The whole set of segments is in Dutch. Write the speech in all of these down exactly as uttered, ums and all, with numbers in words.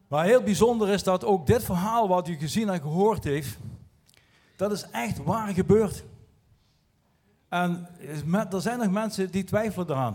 Maar heel bijzonder is dat ook dit verhaal wat u gezien en gehoord heeft, dat is echt waar gebeurd. En er zijn nog mensen die twijfelen eraan.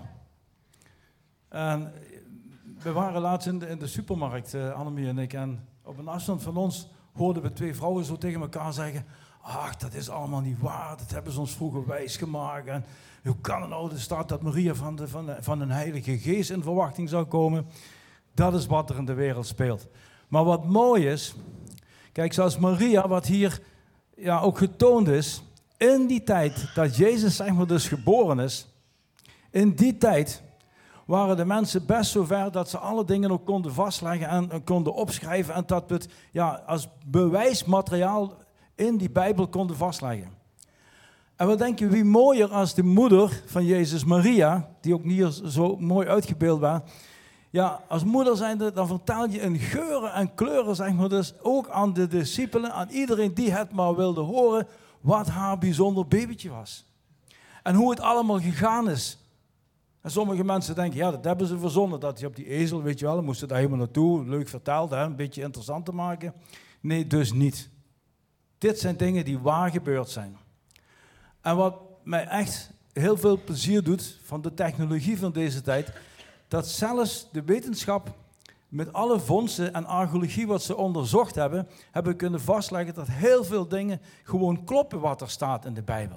En we waren laatst in de, in de supermarkt, uh, Annemie en ik, en op een afstand van ons hoorden we twee vrouwen zo tegen elkaar zeggen: ach, dat is allemaal niet waar, dat hebben ze ons vroeger wijsgemaakt. En hoe kan het nou, er staat dat Maria van, de, van, de, van een heilige geest in verwachting zou komen. Dat is wat er in de wereld speelt. Maar wat mooi is, kijk, zoals Maria, wat hier ja, ook getoond is, in die tijd dat Jezus zeg maar dus geboren is, in die tijd waren de mensen best zover dat ze alle dingen ook konden vastleggen en, en konden opschrijven en dat we het ja, als bewijsmateriaal in die Bijbel konden vastleggen. En wat denk je, wie mooier als de moeder van Jezus, Maria, die ook hier zo mooi uitgebeeld werd. Ja, als moeder zijnde, dan vertaal je in geuren en kleuren, zeg maar dus, ook aan de discipelen, aan iedereen die het maar wilde horen, wat haar bijzonder babytje was. En hoe het allemaal gegaan is. En sommige mensen denken, ja, dat hebben ze verzonnen, dat hij op die ezel, weet je wel, moesten daar helemaal naartoe, leuk verteld, hè, een beetje interessant te maken. Nee, dus niet. Dit zijn dingen die waar gebeurd zijn. En wat mij echt heel veel plezier doet van de technologie van deze tijd, dat zelfs de wetenschap met alle vondsten en archeologie wat ze onderzocht hebben, hebben kunnen vastleggen dat heel veel dingen gewoon kloppen wat er staat in de Bijbel.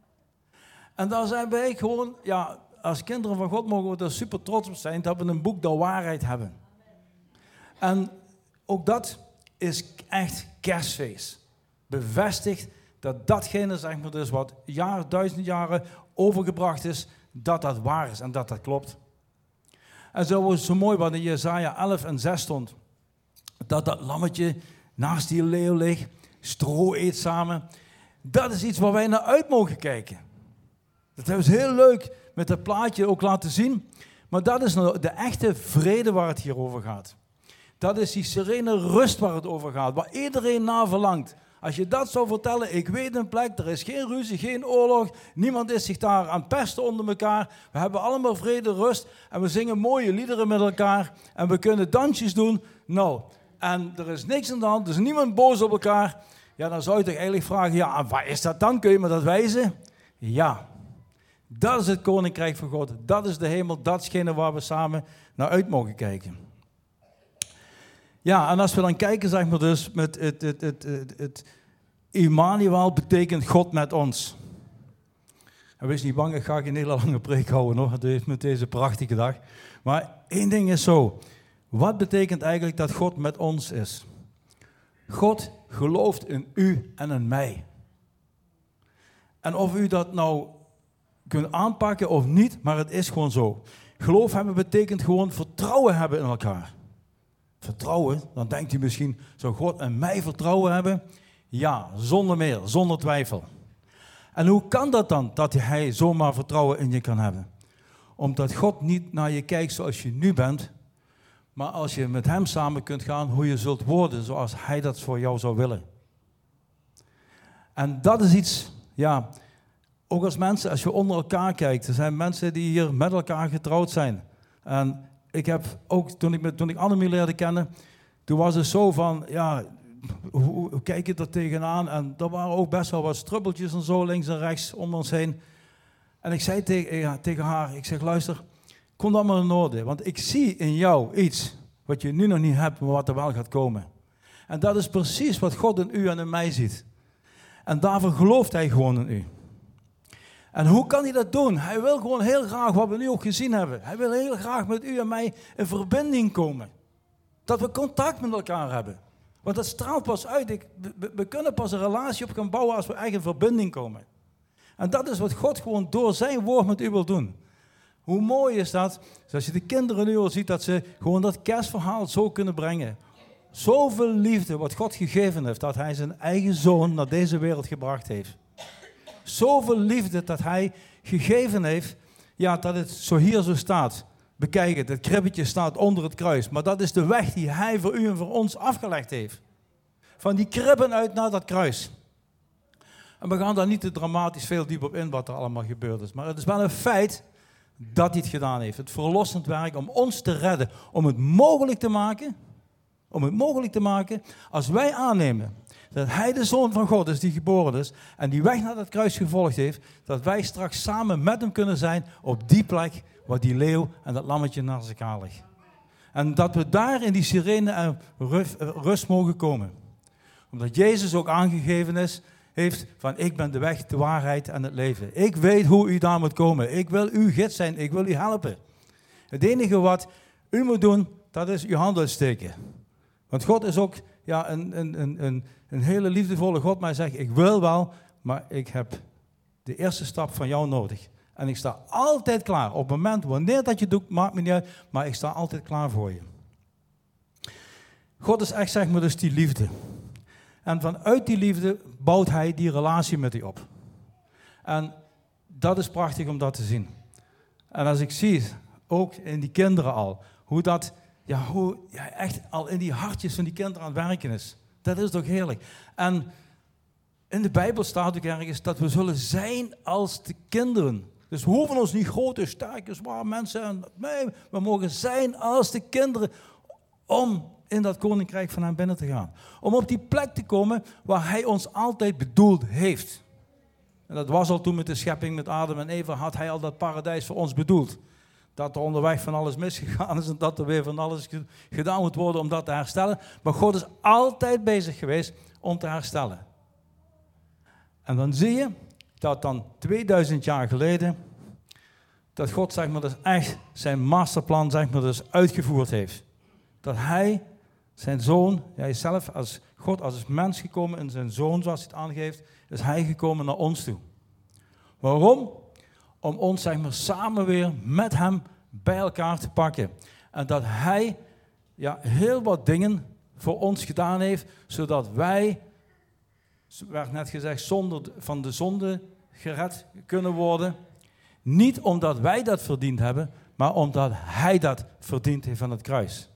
En daar zijn wij gewoon, ja, als kinderen van God mogen we er super trots op zijn dat we een boek der waarheid hebben. En ook dat is echt kerstfeest. Bevestigt dat datgene, zeg maar dus, wat jaar, duizend jaren overgebracht is, dat dat waar is en dat dat klopt. En zo was het zo mooi wat in Jesaja elf en zes stond. Dat dat lammetje naast die leeuw ligt, stro eet samen. Dat is iets waar wij naar uit mogen kijken. Dat hebben ze heel leuk met dat plaatje ook laten zien. Maar dat is nou de echte vrede waar het hier over gaat. Dat is die serene rust waar het over gaat, waar iedereen naar verlangt. Als je dat zou vertellen, ik weet een plek, er is geen ruzie, geen oorlog, niemand is zich daar aan het pesten onder elkaar. We hebben allemaal vrede, rust en we zingen mooie liederen met elkaar en we kunnen dansjes doen. Nou, en er is niks aan de hand, er is niemand boos op elkaar. Ja, dan zou je toch eigenlijk vragen, ja, en waar is dat dan? Kun je me dat wijzen? Ja, dat is het Koninkrijk van God, dat is de hemel, dat is hetgene waar we samen naar uit mogen kijken. Ja, en als we dan kijken, zeg maar dus, met het, het, het, het, het Immanuel betekent God met ons. En wees niet bang, ik ga geen hele lange preek houden hoor, met deze prachtige dag. Maar één ding is zo, wat betekent eigenlijk dat God met ons is? God gelooft in u en in mij. En of u dat nou kunt aanpakken of niet, maar het is gewoon zo. Geloof hebben betekent gewoon vertrouwen hebben in elkaar. Vertrouwen, dan denkt u misschien, zou God in mij vertrouwen hebben? Ja, zonder meer, zonder twijfel. En hoe kan dat dan, dat hij zomaar vertrouwen in je kan hebben? Omdat God niet naar je kijkt zoals je nu bent, maar als je met hem samen kunt gaan, hoe je zult worden zoals hij dat voor jou zou willen. En dat is iets, ja, ook als mensen, als je onder elkaar kijkt, er zijn mensen die hier met elkaar getrouwd zijn. En ik heb ook, toen ik, met, toen ik Annemie leerde kennen, toen was het zo van, ja, hoe, hoe kijk je er tegenaan? En er waren ook best wel wat strubbeltjes en zo, links en rechts, om ons heen. En ik zei tegen, ja, tegen haar, ik zeg, luister, kom dan maar in orde, want ik zie in jou iets wat je nu nog niet hebt, maar wat er wel gaat komen. En dat is precies wat God in u en in mij ziet. En daarvoor gelooft hij gewoon in u. En hoe kan hij dat doen? Hij wil gewoon heel graag, wat we nu ook gezien hebben, hij wil heel graag met u en mij in verbinding komen. Dat we contact met elkaar hebben. Want dat straalt pas uit. Ik, we, we kunnen pas een relatie op gaan bouwen als we echt in verbinding komen. En dat is wat God gewoon door zijn woord met u wil doen. Hoe mooi is dat, als je de kinderen nu al ziet, dat ze gewoon dat kerstverhaal zo kunnen brengen. Zoveel liefde wat God gegeven heeft, dat hij zijn eigen zoon naar deze wereld gebracht heeft. Zoveel liefde dat hij gegeven heeft, ja, dat het zo hier zo staat. Bekijk het, het kribbetje staat onder het kruis. Maar dat is de weg die hij voor u en voor ons afgelegd heeft. Van die kribben uit naar dat kruis. En we gaan daar niet te dramatisch veel diep op in wat er allemaal gebeurd is. Maar het is wel een feit dat hij het gedaan heeft. Het verlossend werk om ons te redden. Om het mogelijk te maken, om het mogelijk te maken, als wij aannemen dat hij de Zoon van God is die geboren is en die weg naar het kruis gevolgd heeft, dat wij straks samen met hem kunnen zijn op die plek waar die leeuw en dat lammetje naar zich halen. En dat we daar in die sirene en rust mogen komen. Omdat Jezus ook aangegeven is, heeft van ik ben de weg, de waarheid en het leven. Ik weet hoe u daar moet komen. Ik wil uw gids zijn, ik wil u helpen. Het enige wat u moet doen, dat is uw hand uitsteken. Want God is ook ja, een, een, een, een hele liefdevolle God, maar hij zegt, ik wil wel, maar ik heb de eerste stap van jou nodig. En ik sta altijd klaar. Op het moment, wanneer dat je doet, maakt me niet uit, maar ik sta altijd klaar voor je. God is echt, zeg maar, dus die liefde. En vanuit die liefde bouwt hij die relatie met je op. En dat is prachtig om dat te zien. En als ik zie, ook in die kinderen al, hoe dat, ja, hoe ja, echt al in die hartjes van die kinderen aan het werken is. Dat is toch heerlijk. En in de Bijbel staat ook ergens dat we zullen zijn als de kinderen. Dus we hoeven ons niet grote, sterke, zware mensen. Nee, we mogen zijn als de kinderen om in dat koninkrijk van hem binnen te gaan. Om op die plek te komen waar hij ons altijd bedoeld heeft. En dat was al toen met de schepping met Adam en Eva, had hij al dat paradijs voor ons bedoeld. Dat er onderweg van alles misgegaan is en dat er weer van alles gedaan moet worden om dat te herstellen. Maar God is altijd bezig geweest om te herstellen. En dan zie je dat dan tweeduizend jaar geleden, dat God, zeg maar, dus echt zijn masterplan, zeg maar, dus uitgevoerd heeft. Dat hij zijn zoon, hij is zelf als God, als mens gekomen in zijn zoon, zoals hij het aangeeft, is hij gekomen naar ons toe. Waarom? Om ons, zeg maar, samen weer met hem bij elkaar te pakken. En dat hij ja, heel wat dingen voor ons gedaan heeft, zodat wij, werd net gezegd, zonder van de zonde gered kunnen worden. Niet omdat wij dat verdiend hebben, maar omdat hij dat verdiend heeft aan het kruis.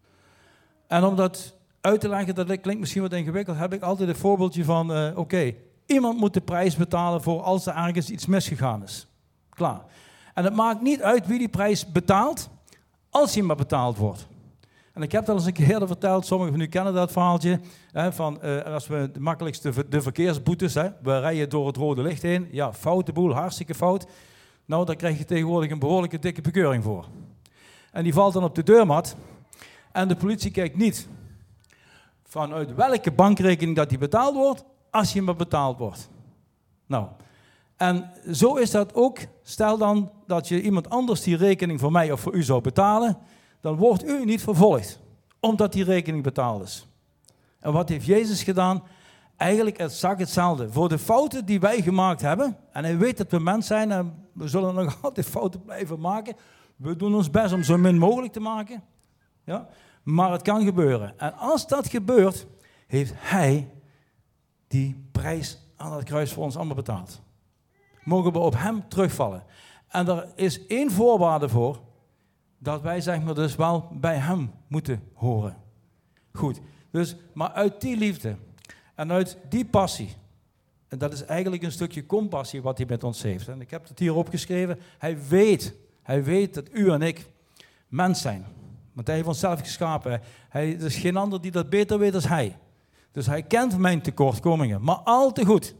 En om dat uit te leggen, dat klinkt misschien wat ingewikkeld, heb ik altijd een voorbeeldje van, uh, oké, okay, iemand moet de prijs betalen voor als er ergens iets misgegaan is. Klaar. En het maakt niet uit wie die prijs betaalt, als hij maar betaald wordt. En ik heb dat al eens een keer eerder verteld, sommigen van u kennen dat verhaaltje, hè, van uh, als we de makkelijkste de verkeersboetes, hè, we rijden door het rode licht heen, ja, foute boel, hartstikke fout. Nou, daar krijg je tegenwoordig een behoorlijke dikke bekeuring voor. En die valt dan op de deurmat en de politie kijkt niet vanuit welke bankrekening dat die betaald wordt, als je maar betaald wordt. Nou, en zo is dat ook. Stel dan dat je iemand anders die rekening voor mij of voor u zou betalen, dan wordt u niet vervolgd, omdat die rekening betaald is. En wat heeft Jezus gedaan? Eigenlijk exact hetzelfde. Voor de fouten die wij gemaakt hebben, en hij weet dat we mens zijn en we zullen nog altijd fouten blijven maken. We doen ons best om zo min mogelijk te maken. Ja? Maar het kan gebeuren. En als dat gebeurt, heeft hij die prijs aan het kruis voor ons allemaal betaald. Mogen we op hem terugvallen. En er is één voorwaarde voor, dat wij, zeg maar, dus wel bij hem moeten horen. Goed, dus, maar uit die liefde en uit die passie, en dat is eigenlijk een stukje compassie wat hij met ons heeft. En ik heb het hier opgeschreven, hij weet, hij weet dat u en ik mens zijn. Want hij heeft onszelf geschapen. Hij, er is geen ander die dat beter weet dan hij. Dus hij kent mijn tekortkomingen, maar al te goed.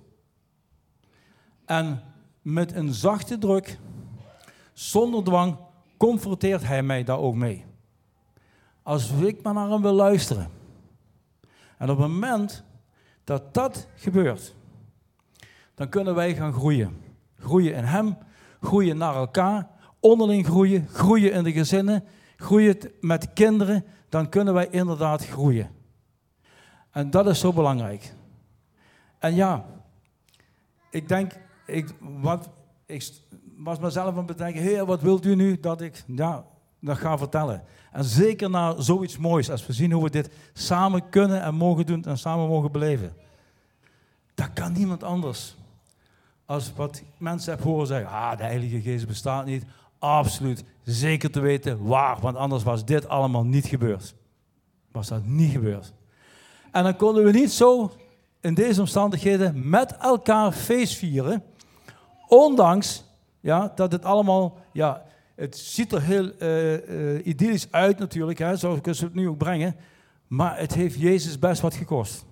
En met een zachte druk, zonder dwang, confronteert hij mij daar ook mee. Als ik maar naar hem wil luisteren. En op het moment dat dat gebeurt, dan kunnen wij gaan groeien. Groeien in hem, groeien naar elkaar, onderling groeien, groeien in de gezinnen, groeien met kinderen, dan kunnen wij inderdaad groeien. En dat is zo belangrijk. En ja, ik denk, ik, wat, ik was mezelf aan het bedenken, Heer, wat wilt u nu dat ik ja, dat ga vertellen? En zeker na zoiets moois, als we zien hoe we dit samen kunnen en mogen doen en samen mogen beleven. Dat kan niemand anders. Als wat mensen hebben horen zeggen, ah, de Heilige Geest bestaat niet. Absoluut, zeker te weten waar, want anders was dit allemaal niet gebeurd. Was dat niet gebeurd. En dan konden we niet zo in deze omstandigheden met elkaar feest vieren, ondanks ja, dat het allemaal, ja, het ziet er heel uh, uh, idyllisch uit natuurlijk, hè, zo kunnen ze het nu ook brengen, Maar het heeft Jezus best wat gekost.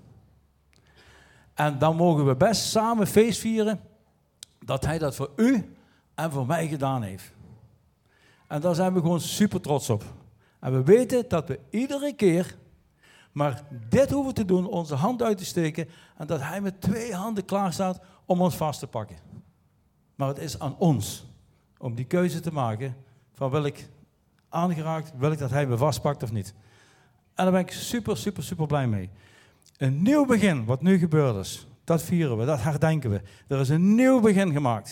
En dan mogen we best samen feest vieren dat hij dat voor u en voor mij gedaan heeft. En daar zijn we gewoon super trots op. En we weten dat we iedere keer maar dit hoeven te doen, onze hand uit te steken en dat hij met twee handen klaar staat om ons vast te pakken. Maar het is aan ons om die keuze te maken van wil ik aangeraakt, wil ik dat hij me vastpakt of niet. En daar ben ik super, super, super blij mee. Een nieuw begin, wat nu gebeurd is, dat vieren we, dat herdenken we. Er is een nieuw begin gemaakt.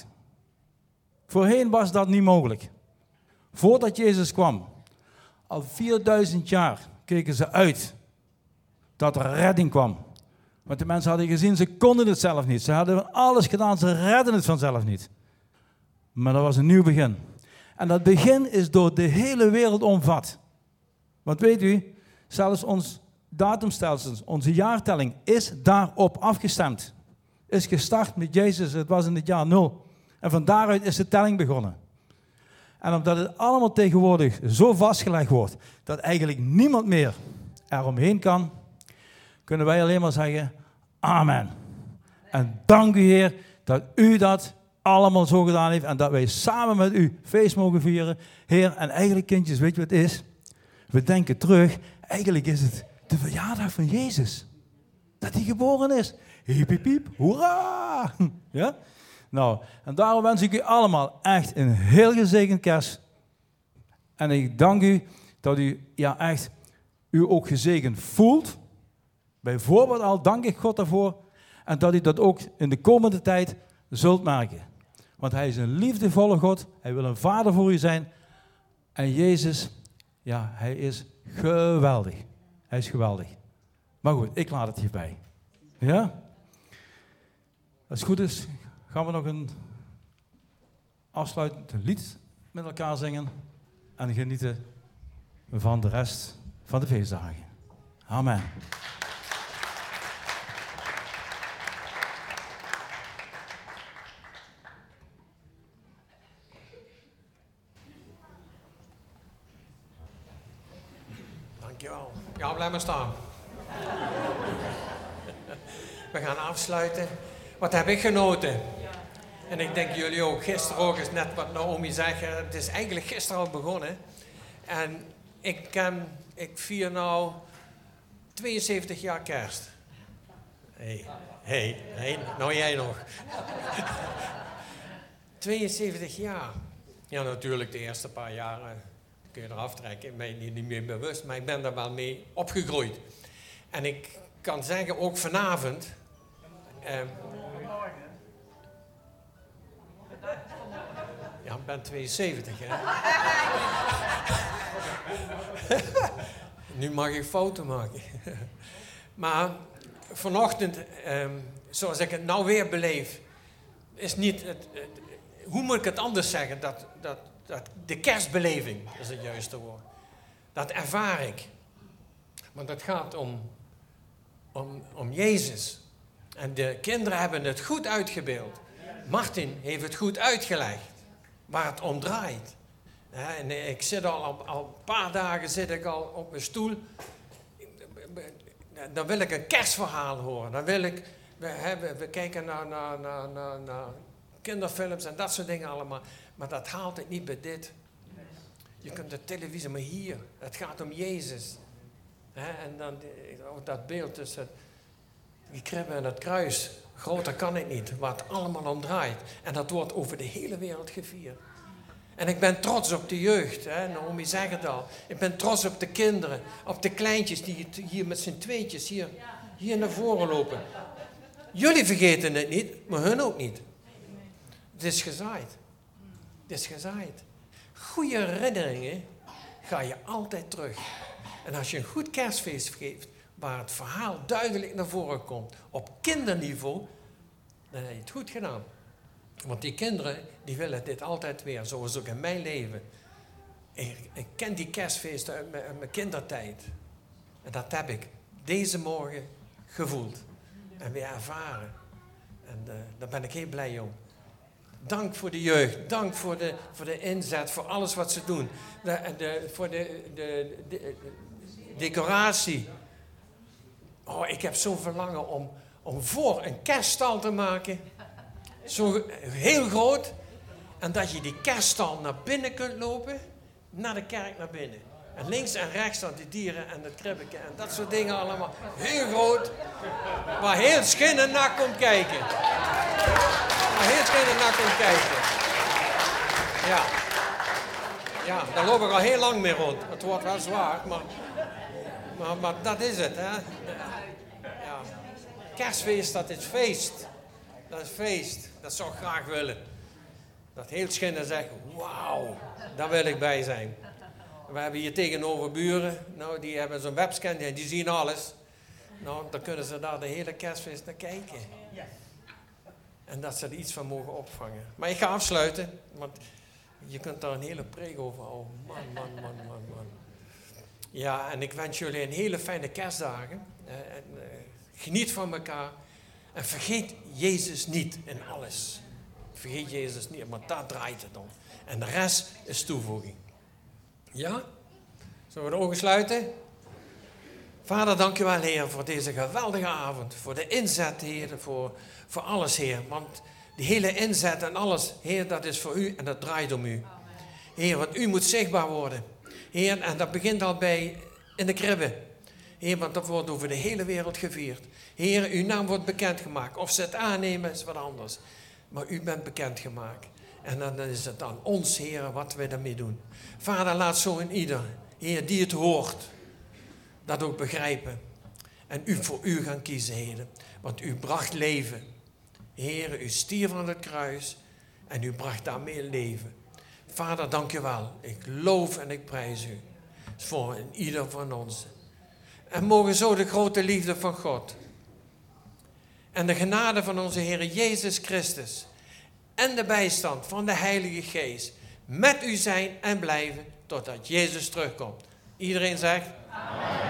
Voorheen was dat niet mogelijk. Voordat Jezus kwam, al vierduizend jaar keken ze uit dat er redding kwam. Want de mensen hadden gezien, ze konden het zelf niet. Ze hadden alles gedaan, ze redden het vanzelf niet. Maar dat was een nieuw begin. En dat begin is door de hele wereld omvat. Want weet u, zelfs ons datumstelsel, onze jaartelling is daarop afgestemd. Is gestart met Jezus, het was in het jaar nul. En van daaruit is de telling begonnen. En omdat het allemaal tegenwoordig zo vastgelegd wordt, dat eigenlijk niemand meer eromheen kan, kunnen wij alleen maar zeggen, amen. En dank u Heer, dat u dat allemaal zo gedaan heeft en dat wij samen met u feest mogen vieren. Heer, en eigenlijk kindjes, weet je wat het is? We denken terug, eigenlijk is het de verjaardag van Jezus. Dat hij geboren is. Hiep, hiep, hiep, hoera! Ja? Nou, en daarom wens ik u allemaal echt een heel gezegend kerst. En ik dank u dat u ja echt u ook gezegend voelt. Bijvoorbeeld al dank ik God daarvoor. En dat u dat ook in de komende tijd zult merken. Want hij is een liefdevolle God. Hij wil een vader voor u zijn. En Jezus, ja, hij is geweldig. Hij is geweldig. Maar goed, ik laat het hierbij. Ja? Als het goed is, gaan we nog een afsluitend lied met elkaar zingen. En genieten van de rest van de feestdagen. Amen. Dankjewel. Ja, blijf maar staan. We gaan afsluiten. Wat heb ik genoten? En ik denk jullie ook. Gisteren ook is net wat Naomi zegt. Het is eigenlijk gisteren al begonnen. En ik, ken, ik vier nou tweeënzeventig jaar kerst. Hé, hé, hé, nou jij nog. tweeënzeventig jaar. Ja, natuurlijk de eerste paar jaren kun je eraf trekken. Ik ben je niet meer bewust, maar ik ben daar wel mee opgegroeid. En ik kan zeggen, ook vanavond... Eh, ja, ik ben tweeënzeventig, hè. Nu mag ik fouten maken. Maar vanochtend, eh, zoals ik het nou weer beleef, is niet... Het, het, hoe moet ik het anders zeggen? Dat, dat, dat, de kerstbeleving is het juiste woord. Dat ervaar ik. Want het gaat om, om, om Jezus. En de kinderen hebben het goed uitgebeeld. Martin heeft het goed uitgelegd. Waar het om draait. En ik zit al, al een paar dagen zit ik al op mijn stoel. Dan wil ik een kerstverhaal horen. Dan wil ik... We, hebben, we kijken naar, naar, naar, naar, naar kinderfilms en dat soort dingen allemaal. Maar dat haalt het niet bij dit. Je kunt de televisie, maar hier. Het gaat om Jezus. He, en dan dat beeld tussen die kribbe en het kruis. Groter kan het niet, waar het allemaal om draait. En dat wordt over de hele wereld gevierd. En ik ben trots op de jeugd. Hè? Naomi zegt het al. Ik ben trots op de kinderen. Op de kleintjes die hier met z'n tweetjes hier, hier naar voren lopen. Jullie vergeten het niet, maar hun ook niet. Het is gezaaid. Het is gezaaid. Goede herinneringen ga je altijd terug. En als je een goed kerstfeest geeft, waar het verhaal duidelijk naar voren komt, op kinderniveau, dan heb je het goed gedaan. Want die kinderen, die willen dit altijd weer, zoals ook in mijn leven. Ik, ik ken die kerstfeesten uit mijn, uit mijn kindertijd. En dat heb ik deze morgen gevoeld. En weer ervaren. En uh, daar ben ik heel blij om. Dank voor de jeugd. Dank voor de, voor de inzet, voor alles wat ze doen. De, de, voor de, de, de, de decoratie. Oh, ik heb zo'n verlangen om, om voor een kerststal te maken. Zo heel groot. En dat je die kerststal naar binnen kunt lopen. Naar de kerk naar binnen. En links en rechts dan die dieren en het kribbeke en dat soort dingen allemaal. Heel groot. Waar heel Schinnen naar komt kijken. Waar heel Schinnen naar komt kijken. Ja. Ja, daar loop ik al heel lang mee rond. Het wordt wel zwaar, maar, maar, maar dat is het. Hè. Ja. Kerstfeest, dat is feest. Dat is feest. Dat zou ik graag willen. Dat heel Schinnen zegt, wauw, daar wil ik bij zijn. We hebben hier tegenover buren, nou, die hebben zo'n webscan en die zien alles. Nou, dan kunnen ze daar de hele kerstfeest naar kijken. En dat ze er iets van mogen opvangen. Maar ik ga afsluiten, want je kunt daar een hele preek over houden. Man, man, man, man, man. Ja, en ik wens jullie een hele fijne kerstdagen. Uh, en, uh, geniet van elkaar. En vergeet Jezus niet in alles. Vergeet Jezus niet, want daar draait het om. En de rest is toevoeging. Ja? Zullen we de ogen sluiten? Vader, dank u wel, Heer, voor deze geweldige avond. Voor de inzet, Heer, voor, voor alles, Heer. Want die hele inzet en alles, Heer, dat is voor u en dat draait om u. Heer, want u moet zichtbaar worden. Heer, en dat begint al bij in de kribbe. Heer, want dat wordt over de hele wereld gevierd. Heer, uw naam wordt bekendgemaakt. Of ze het aannemen, is wat anders. Maar u bent bekendgemaakt. En dan is het aan ons, Heer, wat wij daarmee doen. Vader, laat zo in ieder, Heer, die het hoort, dat ook begrijpen. En u voor u gaan kiezen, Heer. Want u bracht leven. Heer, u stierf aan het kruis. En u bracht daarmee leven. Vader, dank u wel. Ik loof en ik prijs u. Voor in ieder van ons. En mogen zo de grote liefde van God. En de genade van onze Heer Jezus Christus. En de bijstand van de Heilige Geest met u zijn en blijven totdat Jezus terugkomt. Iedereen zegt? Amen.